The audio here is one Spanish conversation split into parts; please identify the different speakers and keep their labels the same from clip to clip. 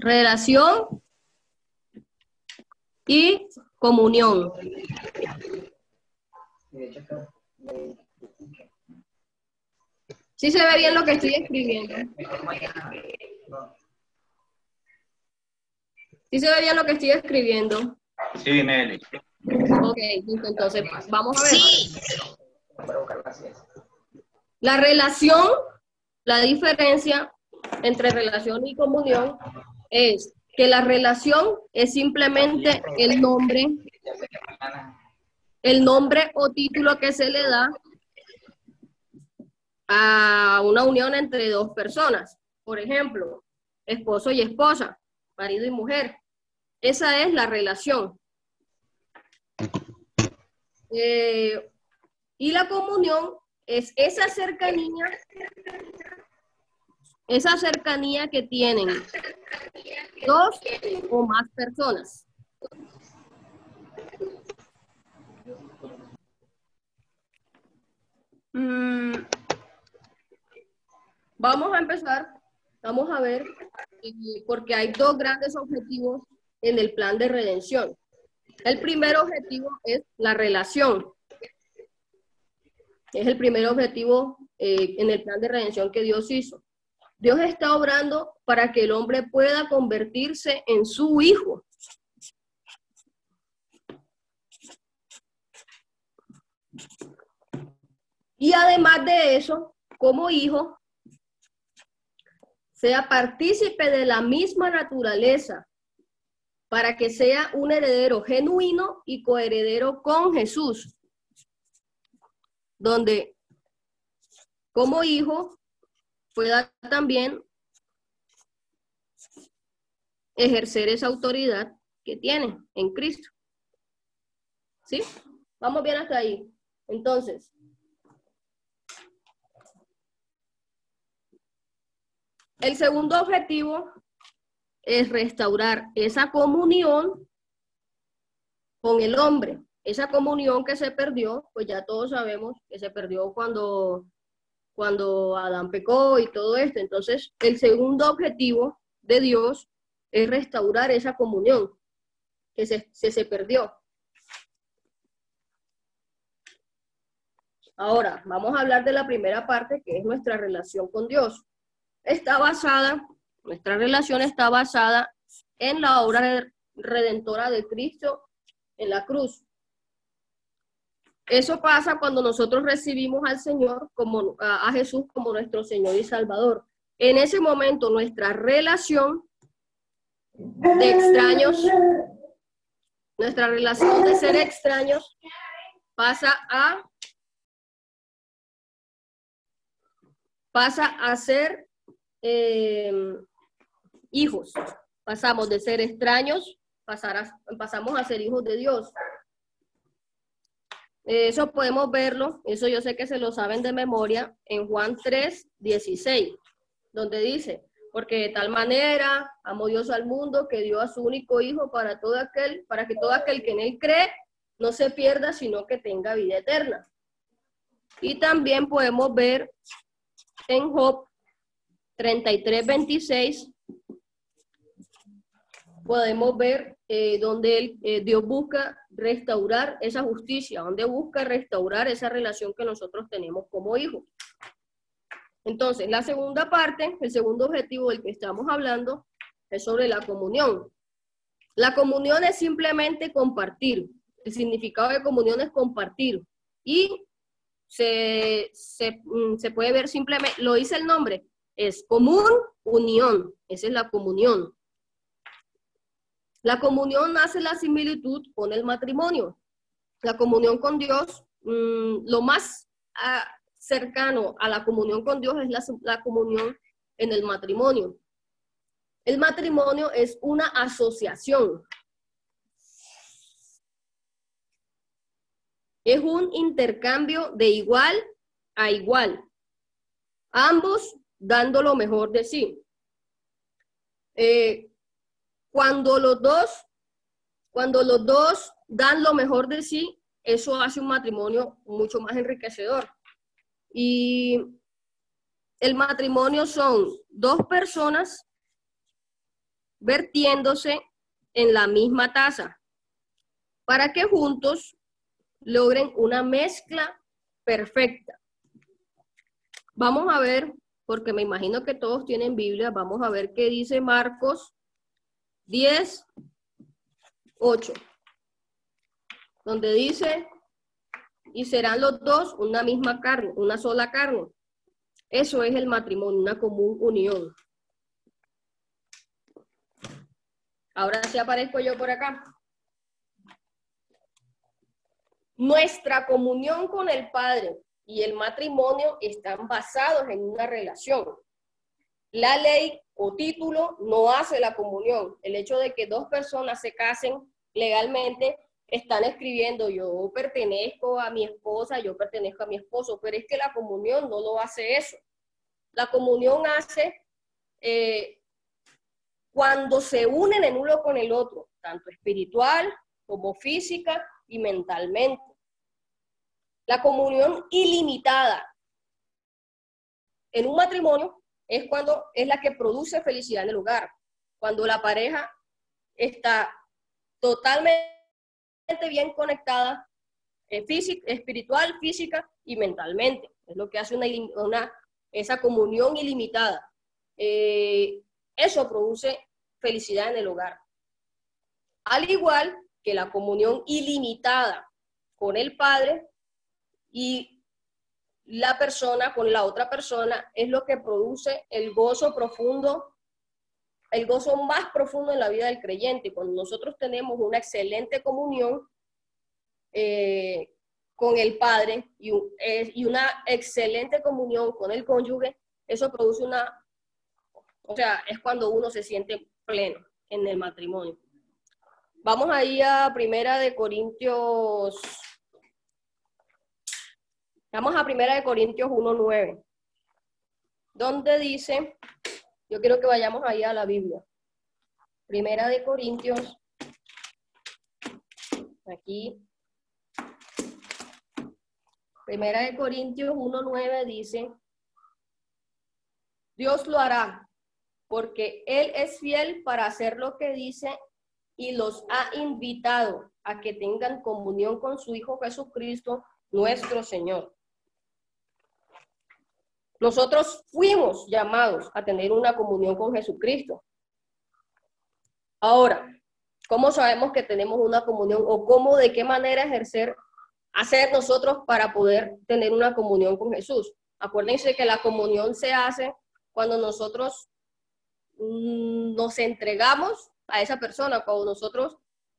Speaker 1: relación y comunión. ¿Sí se ve bien lo que estoy escribiendo? ¿Sí se ve bien lo que estoy escribiendo?
Speaker 2: Sí, Nelly.
Speaker 1: Ok, entonces vamos a ver.
Speaker 3: Sí.
Speaker 1: La relación, la diferencia entre relación y comunión es que la relación es simplemente el nombre o título que se le da a una unión entre dos personas. Por ejemplo, esposo y esposa, marido y mujer. Esa es la relación. Y la comunión es esa cercanía que tienen dos o más personas. Vamos a empezar, vamos a ver, porque hay dos grandes objetivos en el plan de redención. El primer objetivo es la relación. Es el primer objetivo en el plan de redención que Dios hizo. Dios está obrando para que el hombre pueda convertirse en su hijo. Y además de eso, como hijo, sea partícipe de la misma naturaleza, para que sea un heredero genuino y coheredero con Jesús, donde como hijo pueda también ejercer esa autoridad que tiene en Cristo. ¿Sí? Vamos bien hasta ahí. Entonces, el segundo objetivo es restaurar esa comunión con el hombre. Esa comunión que se perdió, pues ya todos sabemos que se perdió cuando Adán pecó y todo esto. Entonces, el segundo objetivo de Dios es restaurar esa comunión que se perdió. Ahora, vamos a hablar de la primera parte, que es nuestra relación con Dios. Nuestra relación está basada en la obra redentora de Cristo en la cruz. Eso pasa cuando nosotros recibimos al Señor, a Jesús como nuestro Señor y Salvador. En ese momento, nuestra relación de extraños, nuestra relación de ser extraños, pasa a ser hijos. Pasamos de ser extraños, pasamos a ser hijos de Dios. Eso podemos verlo, eso yo sé que se lo saben de memoria, en Juan 3:16, donde dice, porque de tal manera amó Dios al mundo que dio a su único hijo para que todo aquel que en él cree no se pierda, sino que tenga vida eterna. Y también podemos ver en Job 33:26, podemos ver donde Dios busca restaurar esa justicia, donde busca restaurar esa relación que nosotros tenemos como hijos. Entonces, la segunda parte, el segundo objetivo del que estamos hablando, es sobre la comunión. La comunión es simplemente compartir. El significado de comunión es compartir. Y se puede ver simplemente, lo dice el nombre, es común, unión. Esa es la comunión. La comunión hace la similitud con el matrimonio. La comunión con Dios, lo más cercano a la comunión con Dios es la comunión en el matrimonio. El matrimonio es una asociación. Es un intercambio de igual a igual. Ambos dando lo mejor de sí. Cuando los dos dan lo mejor de sí, eso hace un matrimonio mucho más enriquecedor. Y el matrimonio son dos personas vertiéndose en la misma taza, para que juntos logren una mezcla perfecta. Vamos a ver, porque me imagino que todos tienen Biblia, vamos a ver qué dice Marcos 10:8, donde dice, y serán los dos una misma carne, una sola carne. Eso es el matrimonio, una común unión. Ahora sí aparezco yo por acá. Nuestra comunión con el Padre y el matrimonio están basados en una relación. La ley o título no hace la comunión. El hecho de que dos personas se casen legalmente están escribiendo yo pertenezco a mi esposa, yo pertenezco a mi esposo, pero es que la comunión no lo hace eso. La comunión hace cuando se unen el uno con el otro, tanto espiritual como física y mentalmente. La comunión ilimitada en un matrimonio es cuando es la que produce felicidad en el hogar, cuando la pareja está totalmente bien conectada, espiritual, física y mentalmente. Es lo que hace esa comunión ilimitada. Eso produce felicidad en el hogar. Al igual que la comunión ilimitada con el Padre y la persona con la otra persona es lo que produce el gozo profundo, el gozo más profundo en la vida del creyente. Cuando nosotros tenemos una excelente comunión con el Padre y una excelente comunión con el cónyuge, eso produce es cuando uno se siente pleno en el matrimonio. Vamos ahí a Primera de Corintios 1:9, donde dice, yo quiero que vayamos ahí a la Biblia. Primera de Corintios, aquí. Primera de Corintios 1:9 dice, Dios lo hará, porque Él es fiel para hacer lo que dice y los ha invitado a que tengan comunión con su Hijo Jesucristo, nuestro Señor. Nosotros fuimos llamados a tener una comunión con Jesucristo. Ahora, ¿cómo sabemos que tenemos una comunión o de qué manera hacer nosotros para poder tener una comunión con Jesús? Acuérdense que la comunión se hace cuando nosotros nos entregamos a esa persona, cuando nosotros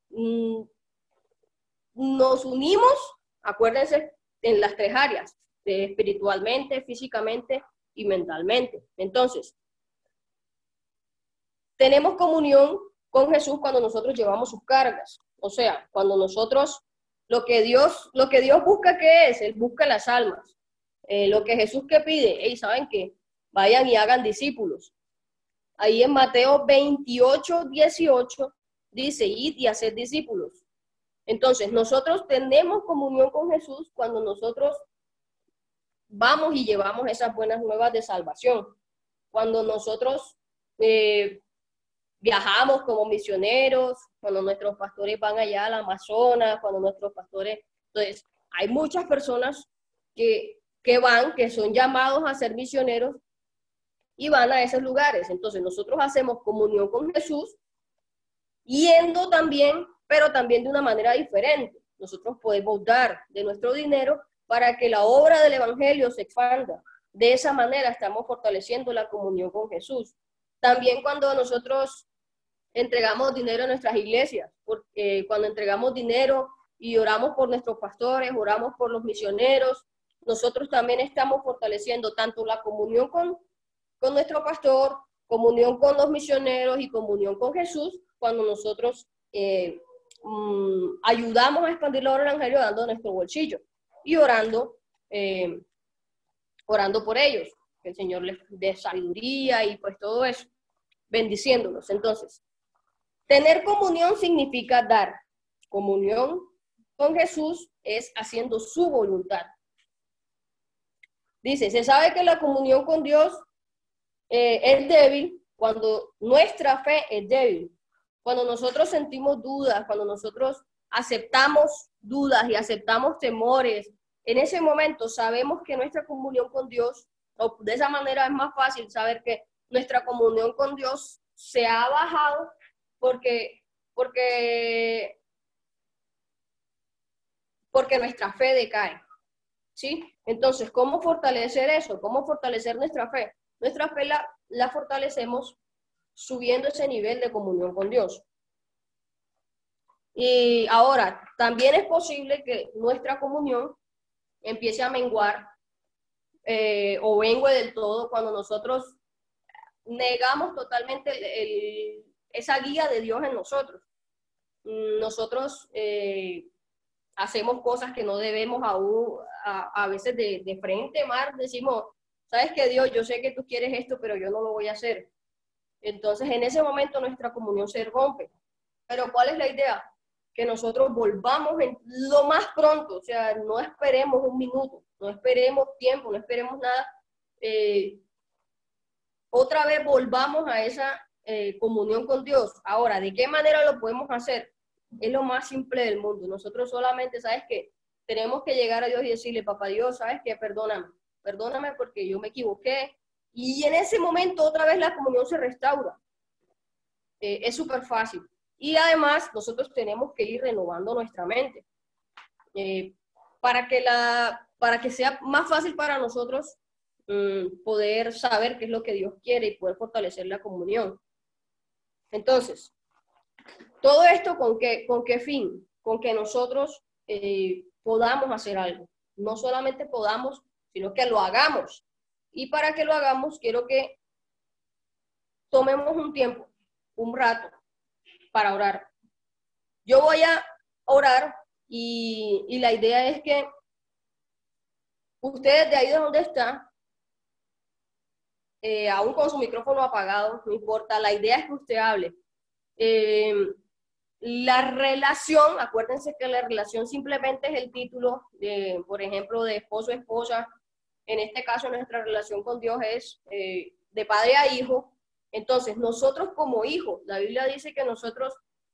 Speaker 1: nos unimos, acuérdense, en las tres áreas, espiritualmente, físicamente y mentalmente. Entonces, tenemos comunión con Jesús cuando nosotros llevamos sus cargas. O sea, cuando nosotros, lo que Dios busca, ¿qué es? Él busca las almas. Lo que Jesús que pide, ¿saben qué? Vayan y hagan discípulos. Ahí en Mateo 28:18 dice, id y haced discípulos. Entonces, nosotros tenemos comunión con Jesús cuando nosotros vamos y llevamos esas buenas nuevas de salvación. Cuando nosotros viajamos como misioneros, cuando nuestros pastores van allá al Amazonas, cuando nuestros pastores... Entonces, hay muchas personas que son llamados a ser misioneros y van a esos lugares. Entonces, nosotros hacemos comunión con Jesús, yendo también, pero también de una manera diferente. Nosotros podemos dar de nuestro dinero para que la obra del evangelio se expanda. De esa manera estamos fortaleciendo la comunión con Jesús. También cuando nosotros entregamos dinero a nuestras iglesias, porque cuando entregamos dinero y oramos por nuestros pastores, oramos por los misioneros, nosotros también estamos fortaleciendo tanto la comunión con nuestro pastor, comunión con los misioneros y comunión con Jesús, cuando nosotros ayudamos a expandir la obra del evangelio dando nuestro bolsillo y orando por ellos, que el Señor les dé sabiduría y pues todo eso, bendiciéndolos. Entonces, tener comunión significa dar. Comunión con Jesús es haciendo su voluntad. Dice, se sabe que la comunión con Dios es débil cuando nuestra fe es débil, cuando nosotros sentimos dudas, cuando nosotros aceptamos dudas y aceptamos temores, en ese momento sabemos que nuestra comunión con Dios, o de esa manera es más fácil saber que nuestra comunión con Dios se ha bajado porque nuestra fe decae, ¿sí? Entonces, ¿cómo fortalecer eso? ¿Cómo fortalecer nuestra fe? Nuestra fe la fortalecemos subiendo ese nivel de comunión con Dios. Y ahora, también es posible que nuestra comunión empiece a menguar o mengue del todo cuando nosotros negamos totalmente esa guía de Dios en nosotros. Nosotros hacemos cosas que no debemos aún, a veces de frente, Mar, decimos, ¿sabes qué, Dios? Yo sé que tú quieres esto, pero yo no lo voy a hacer. Entonces, en ese momento nuestra comunión se rompe. Pero ¿cuál es la idea? Que nosotros volvamos lo más pronto, o sea, no esperemos un minuto, no esperemos tiempo, no esperemos nada. Otra vez volvamos a esa comunión con Dios. Ahora, ¿de qué manera lo podemos hacer? Es lo más simple del mundo. Nosotros solamente, ¿sabes qué? Tenemos que llegar a Dios y decirle, papá Dios, ¿sabes qué? Perdóname porque yo me equivoqué. Y en ese momento otra vez la comunión se restaura. Es súper fácil. Y además nosotros tenemos que ir renovando nuestra mente para que sea más fácil para nosotros poder saber qué es lo que Dios quiere y poder fortalecer la comunión. Entonces, todo esto ¿con qué fin? Con que nosotros podamos hacer algo. No solamente podamos, sino que lo hagamos. Y para que lo hagamos, quiero que tomemos un tiempo, un rato, para orar. Yo voy a orar y la idea es que ustedes de ahí de donde están, aún con su micrófono apagado, no importa, la idea es que usted hable. La relación, acuérdense que la relación simplemente es el título, por ejemplo, de esposo a esposa. En este caso, nuestra relación con Dios es de padre a hijo. Entonces, nosotros como hijos, la Biblia dice que nosotros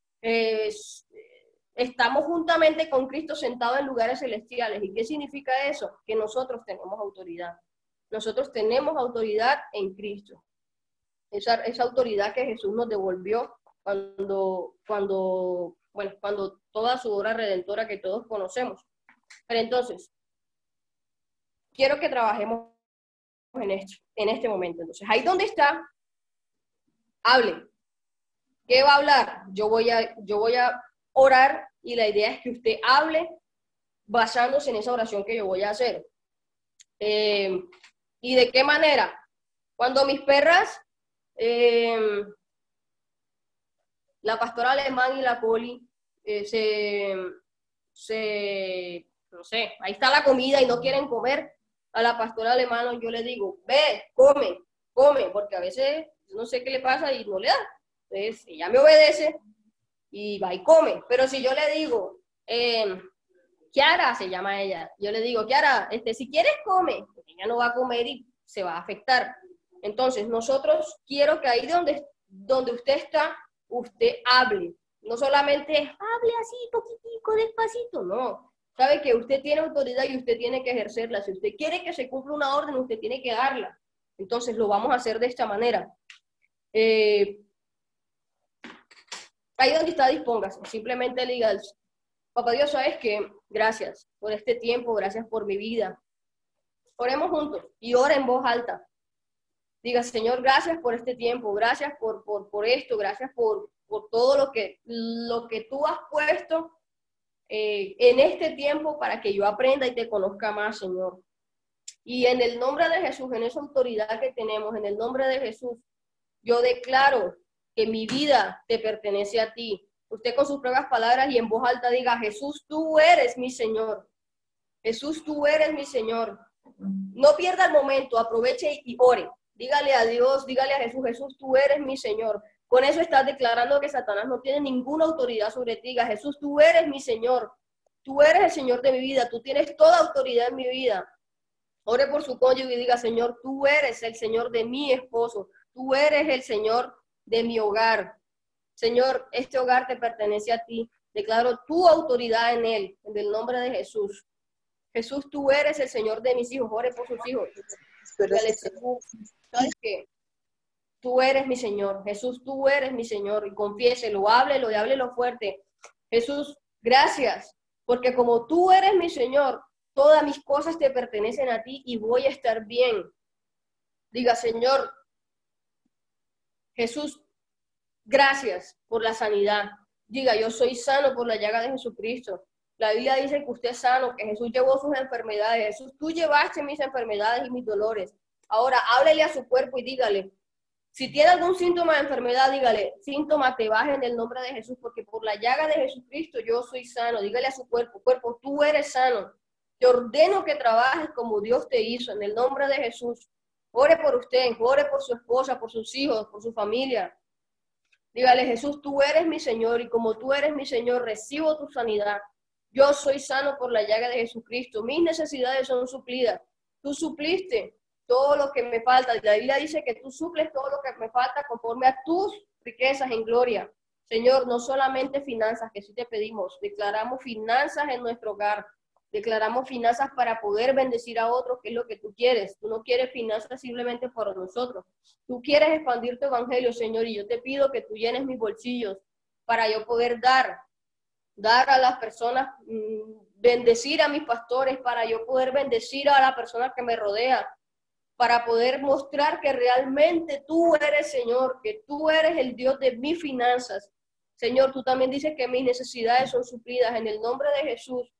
Speaker 1: estamos juntamente con Cristo sentados en lugares celestiales. ¿Y qué significa eso? Que nosotros tenemos autoridad. Nosotros tenemos autoridad en Cristo. Esa autoridad que Jesús nos devolvió cuando toda su obra redentora que todos conocemos. Pero entonces, quiero que trabajemos en este momento. Entonces, ahí donde está, hable. ¿Qué va a hablar? Yo voy a orar y la idea es que usted hable basándose en esa oración que yo voy a hacer. ¿Y de qué manera? Cuando mis perras, la pastora Alemán y la Poli, no sé, ahí está la comida y no quieren comer, a la pastora Alemana yo le digo, ve, come, porque a veces no sé qué le pasa y no le da. Entonces ella me obedece y va y come. Pero si yo le digo, Kiara se llama ella, yo le digo, Kiara, si quieres come, porque ella no va a comer y se va a afectar. Entonces nosotros quiero que ahí donde usted está, usted hable. No solamente hable así, poquitico, despacito, no. Sabe que usted tiene autoridad y usted tiene que ejercerla. Si usted quiere que se cumpla una orden, usted tiene que darla. Entonces lo vamos a hacer de esta manera. Ahí donde está, dispóngase. Simplemente le diga, papá Dios, ¿sabes qué? Gracias por este tiempo, gracias por mi vida. Oremos juntos y ora en voz alta. Diga, Señor, gracias por este tiempo, gracias por esto, gracias por todo lo que tú has puesto en este tiempo para que yo aprenda y te conozca más, Señor. Y en el nombre de Jesús, en esa autoridad que tenemos, en el nombre de Jesús, yo declaro que mi vida te pertenece a ti. Usted con sus propias palabras y en voz alta diga, Jesús, tú eres mi Señor. Jesús, tú eres mi Señor. No pierda el momento, aproveche y ore. Dígale a Dios, dígale a Jesús, Jesús, tú eres mi Señor. Con eso estás declarando que Satanás no tiene ninguna autoridad sobre ti. Diga, Jesús, tú eres mi Señor. Tú eres el Señor de mi vida. Tú tienes toda autoridad en mi vida. Ore por su cónyuge y diga, Señor, tú eres el Señor de mi esposo. tú eres el Señor de mi hogar. Señor, este hogar te pertenece a ti. Declaro tu autoridad en él, en el nombre de Jesús. Jesús, tú eres el Señor de mis hijos. Ore por sus hijos. Dígale, ¿sabes qué? Tú eres mi Señor. Jesús, tú eres mi Señor. Y confiéselo, háblelo y háblelo fuerte. Jesús, gracias, porque como tú eres mi Señor, todas mis cosas te pertenecen a ti y voy a estar bien. Diga, Señor, Jesús, gracias por la sanidad. Diga, yo soy sano por la llaga de Jesucristo. La Biblia dice que usted es sano, que Jesús llevó sus enfermedades. Jesús, tú llevaste mis enfermedades y mis dolores. Ahora, háblele a su cuerpo y dígale, si tiene algún síntoma de enfermedad, dígale, síntoma te baja en el nombre de Jesús, porque por la llaga de Jesucristo yo soy sano. Dígale a su cuerpo, cuerpo, tú eres sano. Te ordeno que trabajes como Dios te hizo, en el nombre de Jesús. Ore por usted, ore por su esposa, por sus hijos, por su familia. Dígale, Jesús, tú eres mi Señor, y como tú eres mi Señor, recibo tu sanidad. Yo soy sano por la llaga de Jesucristo. Mis necesidades son suplidas. Tú supliste todo lo que me falta. La Biblia dice que tú suples todo lo que me falta conforme a tus riquezas en gloria. Señor, no solamente finanzas, que sí te pedimos, declaramos finanzas en nuestro hogar, declaramos finanzas para poder bendecir a otros, que es lo que tú quieres. Tú no quieres finanzas simplemente por nosotros. Tú quieres expandir tu evangelio, Señor, y yo te pido que tú llenes mis bolsillos para yo poder dar a las personas, bendecir a mis pastores, para yo poder bendecir a la persona que me rodea, para poder mostrar que realmente tú eres, Señor, que tú eres el Dios de mis finanzas. Señor, tú también dices que mis necesidades son suplidas en el nombre de Jesús.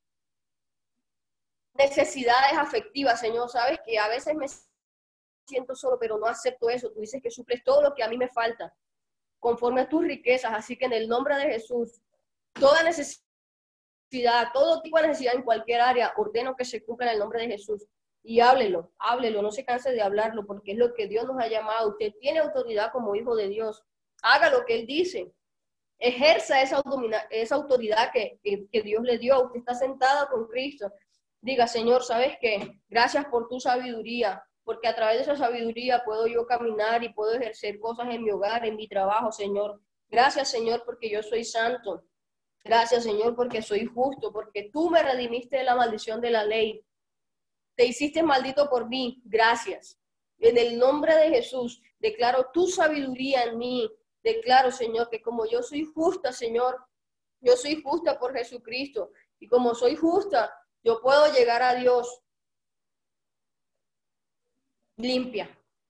Speaker 1: Necesidades afectivas, Señor, sabes que a veces me siento solo, pero no acepto eso. Tú dices que suples todo lo que a mí me falta, conforme a tus riquezas. Así que en el nombre de Jesús, toda necesidad, todo tipo de necesidad en cualquier área, ordeno que se cumpla en el nombre de Jesús. Y háblelo, no se canse de hablarlo, porque es lo que Dios nos ha llamado. Usted tiene autoridad como hijo de Dios. Haga lo que Él dice. Ejerza esa autoridad que Dios le dio. Usted está sentada con Cristo. Diga, Señor, ¿sabes qué? Gracias por tu sabiduría, porque a través de esa sabiduría puedo yo caminar y puedo ejercer cosas en mi hogar, en mi trabajo, Señor. Gracias, Señor, porque yo soy santo. Gracias, Señor, porque soy justo, porque tú me redimiste de la maldición de la ley. Te hiciste maldito por mí. Gracias. En el nombre de Jesús, declaro tu sabiduría en mí. Declaro, Señor, que como yo soy justa, Señor, yo soy justa por Jesucristo. Y como soy justa, yo puedo llegar a Dios limpia.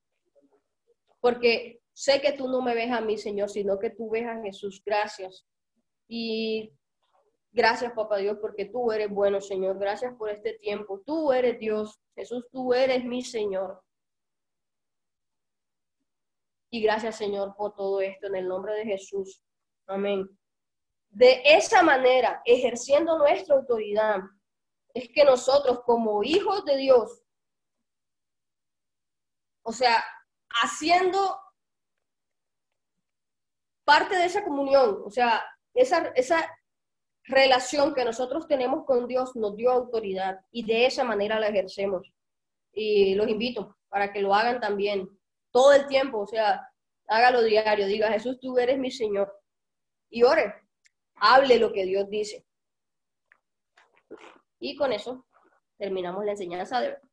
Speaker 1: Porque sé que tú no me ves a mí, Señor, sino que tú ves a Jesús. Gracias. Y gracias, Papá Dios, porque tú eres bueno, Señor. Gracias por este tiempo. Tú eres Dios. Jesús, tú eres mi Señor. Y gracias, Señor, por todo esto en el nombre de Jesús. Amén. De esa manera, ejerciendo nuestra autoridad, es que nosotros como hijos de Dios, o sea, haciendo parte de esa comunión, o sea, esa relación que nosotros tenemos con Dios nos dio autoridad y de esa manera la ejercemos. Y los invito para que lo hagan también todo el tiempo, o sea, hágalo diario, diga, Jesús, tú eres mi Señor. Y ore, hable lo que Dios dice. Y con eso terminamos la enseñanza de hoy.